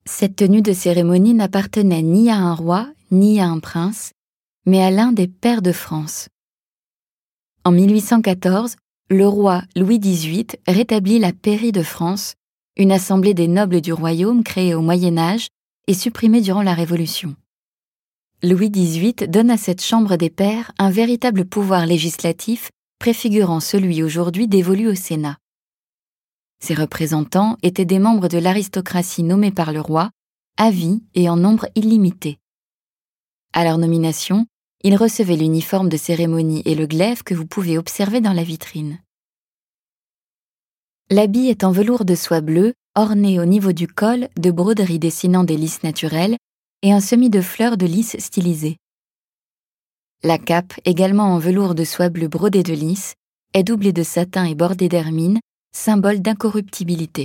Cette tenue de cérémonie n'appartenait ni à un roi ni à un prince, mais à l'un des pairs de France. En 1814, le roi Louis XVIII rétablit la pairie de France, une assemblée des nobles du royaume créée au Moyen-Âge et supprimée durant la Révolution. Louis XVIII donne à cette chambre des pairs un véritable pouvoir législatif préfigurant celui aujourd'hui dévolu au Sénat. Ses représentants étaient des membres de l'aristocratie nommés par le roi, à vie et en nombre illimité. À leur nomination, ils recevaient l'uniforme de cérémonie et le glaive que vous pouvez observer dans la vitrine. L'habit est en velours de soie bleue, orné au niveau du col de broderies dessinant des lys naturelles et un semis de fleurs de lys stylisées. La cape, également en velours de soie bleue brodée de lys, est doublée de satin et bordée d'hermine, symbole d'incorruptibilité.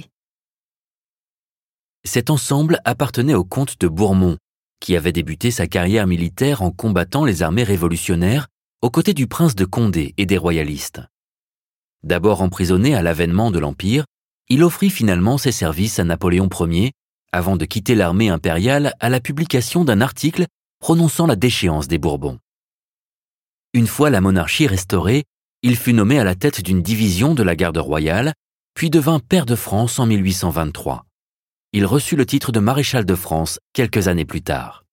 Cet ensemble appartenait au comte de Bourmont, qui avait débuté sa carrière militaire en combattant les armées révolutionnaires aux côtés du prince de Condé et des royalistes. D'abord emprisonné à l'avènement de l'Empire, il offrit finalement ses services à Napoléon Ier avant de quitter l'armée impériale à la publication d'un article prononçant la déchéance des Bourbons. Une fois la monarchie restaurée, il fut nommé à la tête d'une division de la garde royale, puis devint pair de France en 1823. Il reçut le titre de maréchal de France quelques années plus tard.